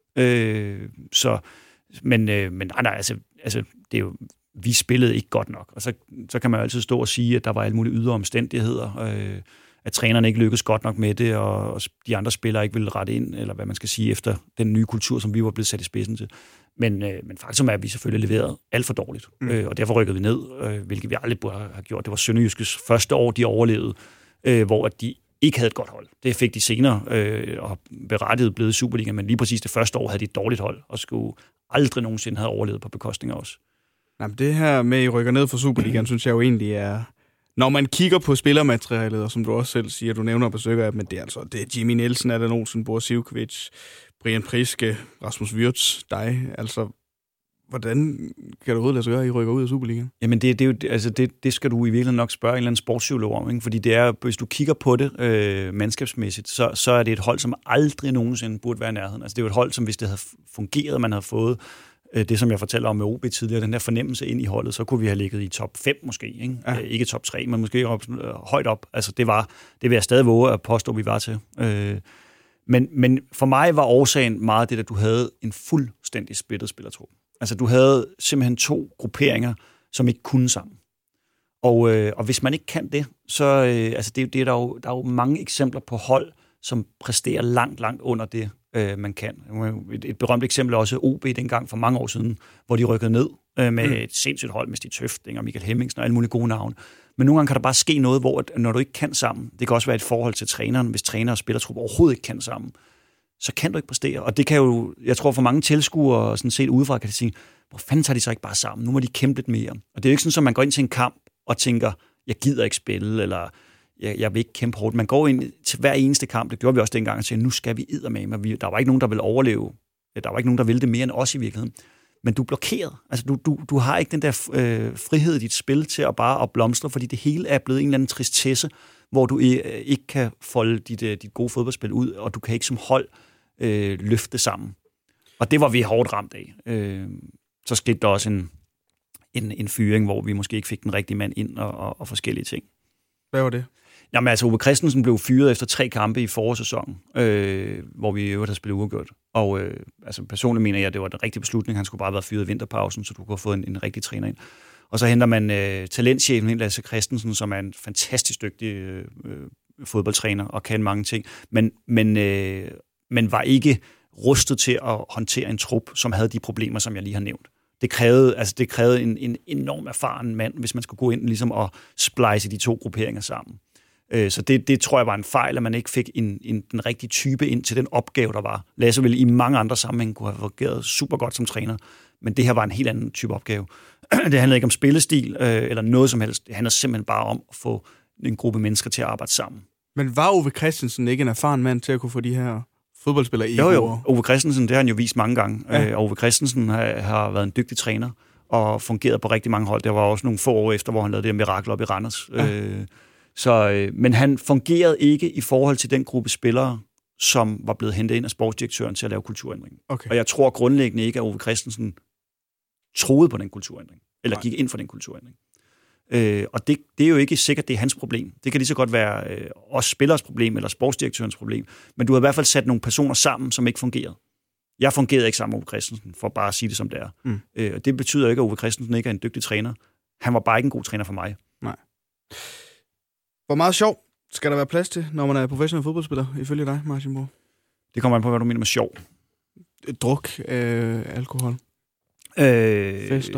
Men altså, det er jo, vi spillede ikke godt nok, og så kan man jo altid stå og sige, at der var alle mulige ydre omstændigheder, at trænerne ikke lykkedes godt nok med det, og de andre spillere ikke ville rette ind, eller hvad man skal sige, efter den nye kultur, som vi var blevet sat i spidsen til. Men faktum er, at vi selvfølgelig leverede alt for dårligt, og derfor rykkede vi ned, hvilket vi aldrig burde have gjort. Det var Sønderjyskes første år, de overlevede, hvor de ikke havde et godt hold. Det fik de senere, og berettiget blevet i Superligaen, men lige præcis det første år havde de et dårligt hold, og skulle aldrig nogensinde have overlevet på bekostning af os. Jamen, det her med, at I rykker ned for Superligaen, synes jeg jo egentlig er... Når man kigger på spillermaterialet, og som du også selv siger, du nævner på stykker af dem, det er Jimmy Nielsen, Adam Olsen, Boris Sivkovic, Brian Priske, Rasmus Wirtz, dig. Altså, hvordan kan du overhovedet lade sig gøre, at I rykker ud af Superligaen? Jamen, det skal du i virkeligheden nok spørge en eller anden sportspsykolog om, ikke? Fordi det er, hvis du kigger på det mandskabsmæssigt, så er det et hold, som aldrig nogensinde burde være i nærheden. Altså, det er jo et hold, som hvis det havde fungeret, man havde fået det, som jeg fortalte om med OB tidligere, den der fornemmelse ind i holdet, så kunne vi have ligget i top 5 måske. Ikke, ikke top 3, men måske højt op. Altså, det vil jeg stadig våge at påstå, vi var til. Men for mig var årsagen meget det, at du havde en fuldstændig splittet spillertrup. Altså, du havde simpelthen 2 grupperinger, som ikke kunne sammen. Og hvis man ikke kan det, så der er jo mange eksempler på hold, som præsterer langt, langt under det, man kan. Et berømt eksempel er også OB dengang for mange år siden, hvor de rykkede ned med et sindssygt hold med Stig Tøfting og Michael Hemmingsen og alle mulige gode navne. Men nogle gange kan der bare ske noget, hvor når du ikke kan sammen, det kan også være et forhold til træneren, hvis træner og spillertrup overhovedet ikke kan sammen, så kan du ikke præstere. Og det kan jo, jeg tror for mange tilskuere sådan set udefra, kan de sige, hvor fanden tager de så ikke bare sammen? Nu må de kæmpe lidt mere. Og det er jo ikke sådan, at man går ind til en kamp og tænker, jeg gider ikke spille, eller jeg vil ikke kæmpe hårdt. Man går ind til hver eneste kamp, det gjorde vi også dengang, og siger, nu skal vi eddermame. Der var ikke nogen, der ville overleve. Der var ikke nogen, der ville det mere end os i virkeligheden. Men du er blokeret. Altså, du har ikke den der frihed i dit spil til at bare blomstre, fordi det hele er blevet en eller anden tristesse, hvor du ikke kan folde dit gode fodboldspil ud, og du kan ikke som hold løfte sammen. Og det var vi hårdt ramt af. Så skete der også en fyring, hvor vi måske ikke fik den rigtige mand ind og forskellige ting. Hvad var det? Jamen altså, Ove Christensen blev fyret efter 3 kampe i forårssæsonen, hvor vi i øvrigt havde spillet uafgjort. Og personligt mener jeg, at det var den rigtige beslutning. Han skulle bare have været fyret i vinterpausen, så du kunne have fået en rigtig træner ind. Og så henter man talentchefen ind, Lasse Christensen, som er en fantastisk dygtig fodboldtræner og kan mange ting, men var ikke rustet til at håndtere en trup, som havde de problemer, som jeg lige har nævnt. Det krævede en enorm erfaren mand, hvis man skulle gå ind ligesom og splice de 2 grupperinger sammen. Så det tror jeg var en fejl, at man ikke fik den rigtige type ind til den opgave, der var. Lasse ville i mange andre sammenhænge kunne have fungeret super godt som træner, men det her var en helt anden type opgave. Det handlede ikke om spillestil eller noget som helst. Det handlede simpelthen bare om at få en gruppe mennesker til at arbejde sammen. Men var Ove Christensen ikke en erfaren mand til at kunne få de her fodboldspillere i? Jo. Ove Christensen, det har han jo vist mange gange. Ja. Ove Christensen har været en dygtig træner og fungeret på rigtig mange hold. Der var også nogle få år efter, hvor han lavede det mirakel op i Randers. Ja. Men han fungerede ikke i forhold til den gruppe spillere, som var blevet hentet ind af sportsdirektøren til at lave kulturændring. Okay. Og jeg tror grundlæggende ikke, at Ove Christensen troede på den kulturændring, eller gik ind for den kulturændring. Og det er jo ikke sikkert, det er hans problem. Det kan lige så godt være også spillers problem, eller sportsdirektørens problem. Men du har i hvert fald sat nogle personer sammen, som ikke fungerede. Jeg fungerede ikke sammen med Ove Christensen, for bare at sige det som det er. Og det betyder ikke, at Ove Christensen ikke er en dygtig træner. Han var bare ikke en god træner for mig. Nej. Hvor meget sjov skal der være plads til, når man er professionel fodboldspiller, ifølge dig, Martin Borg? Det kommer an på, hvad du mener med sjov. Druk, alkohol, fester.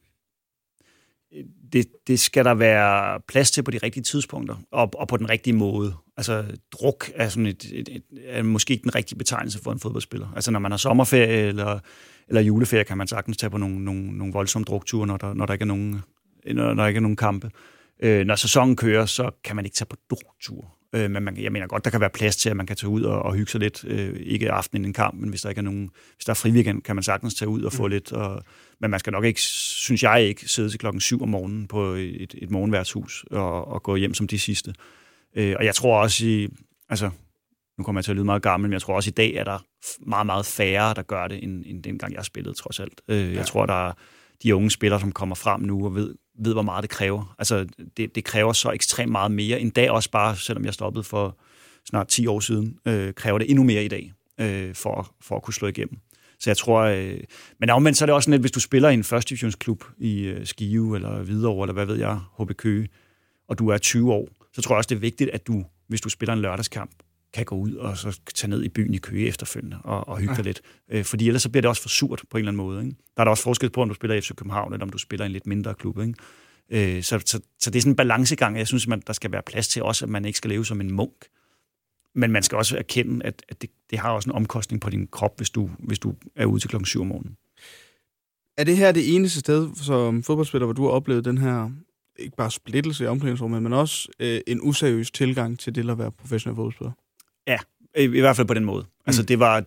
Det skal der være plads til på de rigtige tidspunkter, og på den rigtige måde. Altså, druk er sådan er måske ikke den rigtige betegnelse for en fodboldspiller. Altså, når man har sommerferie eller juleferie, kan man sagtens tage på nogle voldsomme drukture, når der ikke er nogen kampe. Når sæsonen kører, så kan man ikke tage på druktur. Men jeg mener godt, der kan være plads til, at man kan tage ud og hygge sig lidt. Ikke aften inden en kamp, men hvis der ikke er nogen, hvis der er friweekend, kan man sagtens tage ud og få lidt. Men man skal nok ikke, synes jeg ikke, sidde til 7:00 om morgenen på et morgenværtshus og gå hjem som de sidste. Og jeg tror også nu kommer jeg til at lyde meget gammel, men jeg tror også i dag er der meget, meget færre, der gør det, end dengang jeg spillede, trods alt. Jeg tror, der er de unge spillere, som kommer frem nu og ved, hvor meget det kræver. Altså, det kræver så ekstremt meget mere. En dag også bare, selvom jeg stoppede for snart 10 år siden, kræver det endnu mere i dag, for at kunne slå igennem. Så jeg tror... men omvendt så er det også sådan, at hvis du spiller i en første divisionsklub i Skive eller Hvidovre, eller hvad ved jeg, HB Køge, og du er 20 år, så tror jeg også, det er vigtigt, at du, hvis du spiller en lørdagskamp, kan gå ud og så tage ned i byen i Køge efterfølgende og hygge dig lidt. Fordi ellers så bliver det også for surt på en eller anden måde. Ikke? Der er der også forskel på, om du spiller i FC København, eller om du spiller i en lidt mindre klub. Ikke? Så det er sådan en balancegang. Jeg synes, der skal være plads til også, at man ikke skal leve som en munk. Men man skal også erkende, at det har også en omkostning på din krop, hvis du er ude til 7:00 om morgenen. Er det her det eneste sted som fodboldspiller, hvor du har oplevet den her, ikke bare splittelse i omklædningsrummet, men også en useriøs tilgang til det at være professionel fodboldspiller? Ja, i hvert fald på den måde. Altså,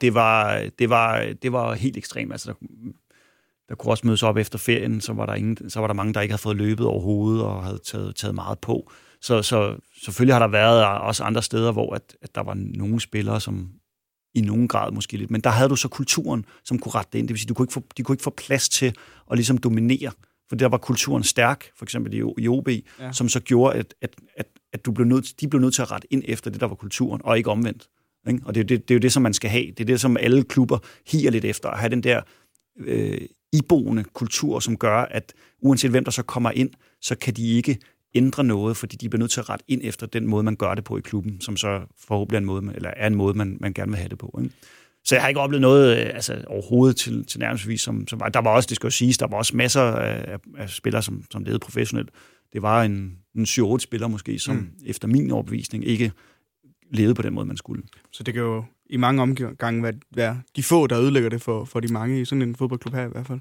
det var helt ekstremt. Altså, der kunne også mødes op efter ferien, så var der mange, der ikke havde fået løbet overhovedet og havde taget meget på. Så selvfølgelig har der været også andre steder, hvor at der var nogle spillere, som i nogen grad måske lidt, men der havde du så kulturen, som kunne rette det ind. Det vil sige, de kunne ikke få plads til at ligesom dominere, for der var kulturen stærk, for eksempel i OB, som så gjorde, at de blev nødt til at rette ind efter det, der var kulturen, og ikke omvendt. Ikke? Og det er jo det, som man skal have. Det er det, som alle klubber higer lidt efter, at have den der iboende kultur, som gør, at uanset hvem der så kommer ind, så kan de ikke ændre noget, fordi de bliver nødt til at rette ind efter den måde, man gør det på i klubben, som så forhåbentlig er en måde, man gerne vil have det på. Ikke? Så jeg har ikke oplevet noget overhovedet til nærmest som var. Der var også, det skal jo siges, der var også masser af spillere, som levede professionelt. Det var en 7-8 spiller måske, som efter min overbevisning ikke levede på den måde, man skulle. Så det kan jo i mange omgange være de få, der ødelægger det for de mange i sådan en fodboldklub her i hvert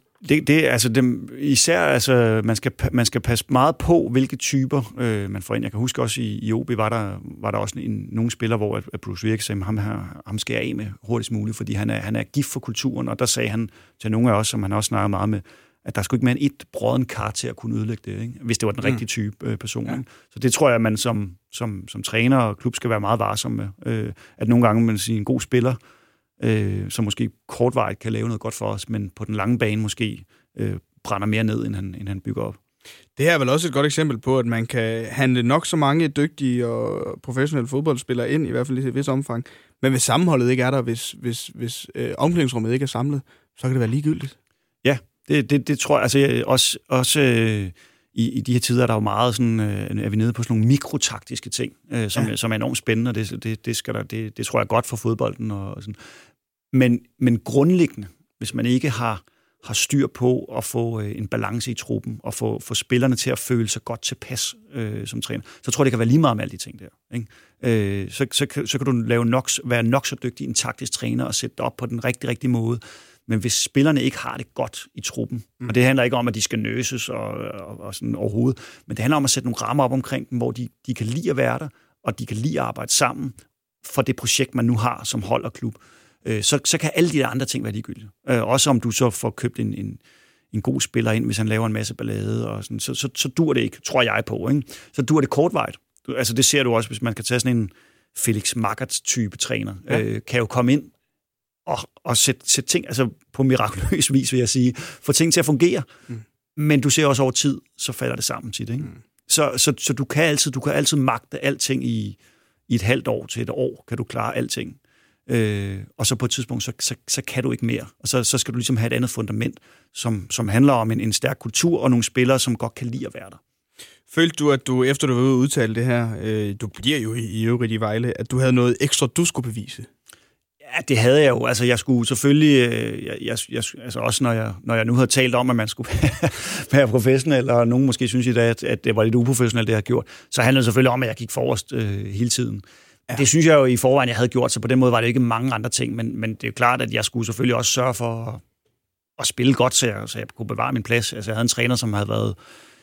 fald. Man skal passe meget på, hvilke typer man får ind. Jeg kan huske også i OB var der også nogle spillere, hvor at Bruce Virk sagde, ham skal jeg af med hurtigst muligt, fordi han er gift for kulturen, og der sagde han til nogle af os, som han også snakkede meget med, at der skulle ikke mere end et brodden kar til at kunne ødelægge det, ikke? Hvis det var den rigtige type person. Ja. Så det tror jeg, at man som træner og klub skal være meget varsom med. At nogle gange man siger en god spiller, som måske kortvarigt kan lave noget godt for os, men på den lange bane måske brænder mere ned, end han bygger op. Det her er vel også et godt eksempel på, at man kan handle nok så mange dygtige og professionelle fodboldspillere ind, i hvert fald i et vis omfang. Men hvis sammenholdet ikke er der, hvis omklædningsrummet ikke er samlet, så kan det være ligegyldigt. Ja, det tror jeg. Altså også i de her tider er der jo meget sådan, er vi nede på sådan nogle mikrotaktiske ting, som er enormt spændende, og det tror jeg er godt for fodbolden. Og sådan. Men grundlæggende, hvis man ikke har styr på at få en balance i truppen, og få spillerne til at føle sig godt tilpas som træner, så tror jeg, det kan være lige meget med alle de ting der. Ikke? Så kan du være nok så dygtig en taktisk træner og sætte det op på den rigtige måde. Men hvis spillerne ikke har det godt i truppen, og det handler ikke om, at de skal nøses og sådan overhovedet, men det handler om at sætte nogle rammer op omkring dem, hvor de kan lide at være der, og de kan lide at arbejde sammen for det projekt, man nu har som hold og klub. Så kan alle de andre ting være ligegyldige. Også om du så får købt en god spiller ind, hvis han laver en masse ballade, og sådan, så dur det ikke, tror jeg på. Ikke? Så dur det kortvarigt. Altså det ser du også, hvis man kan tage sådan en Felix Magath-type træner. Kan jo komme ind og sætte ting, altså på mirakuløs vis, vil jeg sige, få ting til at fungere. Men du ser også over tid, så falder det sammen tit. Ikke? Så du kan altid magte alting i et halvt år til et år, kan du klare alting. Og så på et tidspunkt, så kan du ikke mere. Og så skal du ligesom have et andet fundament, som handler om en stærk kultur og nogle spillere, som godt kan lide at være der. Følte du, at du, efter du var ude at udtale det her, du bliver jo i øvrigt i Vejle, at du havde noget ekstra, du skulle bevise? Ja, det havde jeg jo. Altså, jeg skulle selvfølgelig, altså også når jeg nu havde talt om, at man skulle være professionel, og nogen måske synes i dag, at det var lidt uprofessionelt, det jeg havde gjort, så handlede det selvfølgelig om, at jeg gik forrest hele tiden. Ja. Det synes jeg jo i forvejen, jeg havde gjort, så på den måde var det ikke mange andre ting, men det er jo klart, at jeg skulle selvfølgelig også sørge for at spille godt, så jeg kunne bevare min plads. Altså, jeg havde en træner, som havde været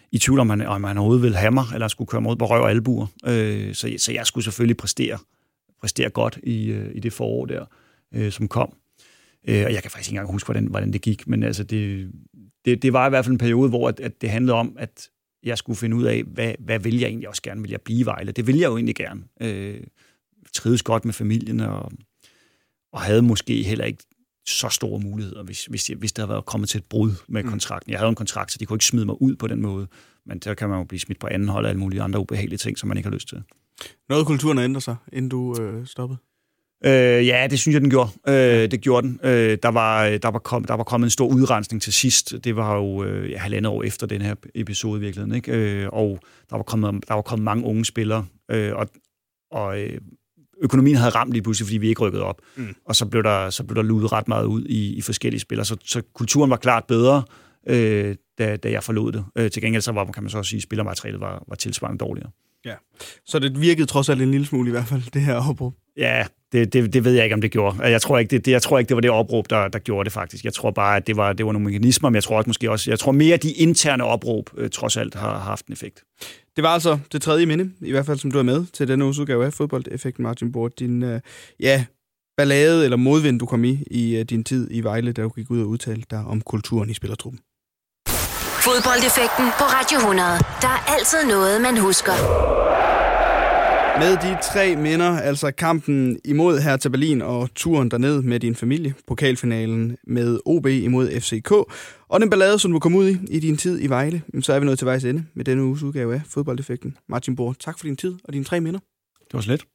i tvivl om han overhovedet ville have mig, eller skulle køre mig ud på røv og albuer. Så jeg skulle selvfølgelig præstere godt i det forår der, som kom. Og jeg kan faktisk ikke engang huske, hvordan det gik, men altså det var i hvert fald en periode, hvor at det handlede om, at jeg skulle finde ud af, hvad vil jeg egentlig også gerne? Vil jeg blive i Vejle? Det vil jeg jo egentlig gerne. Trives godt med familien, og havde måske heller ikke så store muligheder, hvis der havde været kommet til et brud med kontrakten. Jeg havde en kontrakt, så de kunne ikke smide mig ud på den måde, men så kan man jo blive smidt på anden hold og alle mulige andre ubehagelige ting, som man ikke har lyst til. Noget kulturen ændrer sig, inden du stoppede? Ja, det synes jeg, den gjorde. Det gjorde den. Der var kommet en stor udrensning til sidst. Det var jo 1,5 år efter den her episode i virkeligheden, ikke? Og der var kommet mange unge spillere, og økonomien havde ramt lige pludselig, fordi vi ikke rykkede op. Og så blev der ludet ret meget ud i forskellige spillere. Så kulturen var klart bedre, da jeg forlod det. Til gengæld så var, kan man så også sige, at spillermaterialet var tilsvarende dårligere. Ja, så det virkede trods alt en lille smule i hvert fald, det her opråb. Ja, det ved jeg ikke, om det gjorde. Jeg tror ikke, det var det opråb, der gjorde det faktisk. Jeg tror bare, at det var nogle mekanismer, men jeg tror mere, at de interne opråb trods alt har haft en effekt. Det var altså det tredje minde, i hvert fald som du er med til denne uges udgave af Fodboldeffekten, Martin Borg. Din ballade eller modvind, du kom i din tid i Vejle, da du gik ud og udtalte dig om kulturen i spillertruppen. Fodboldeffekten på Radio 100. Der er altid noget, man husker. Med de 3 minder, altså kampen imod Hertha Berlin og turen derned med din familie, pokalfinalen med OB imod FCK, og den ballade, som du kom ud i din tid i Vejle, så er vi nået til vejs ende med denne uges udgave af Fodboldeffekten. Martin Borg, tak for din tid og dine 3 minder. Det var så let.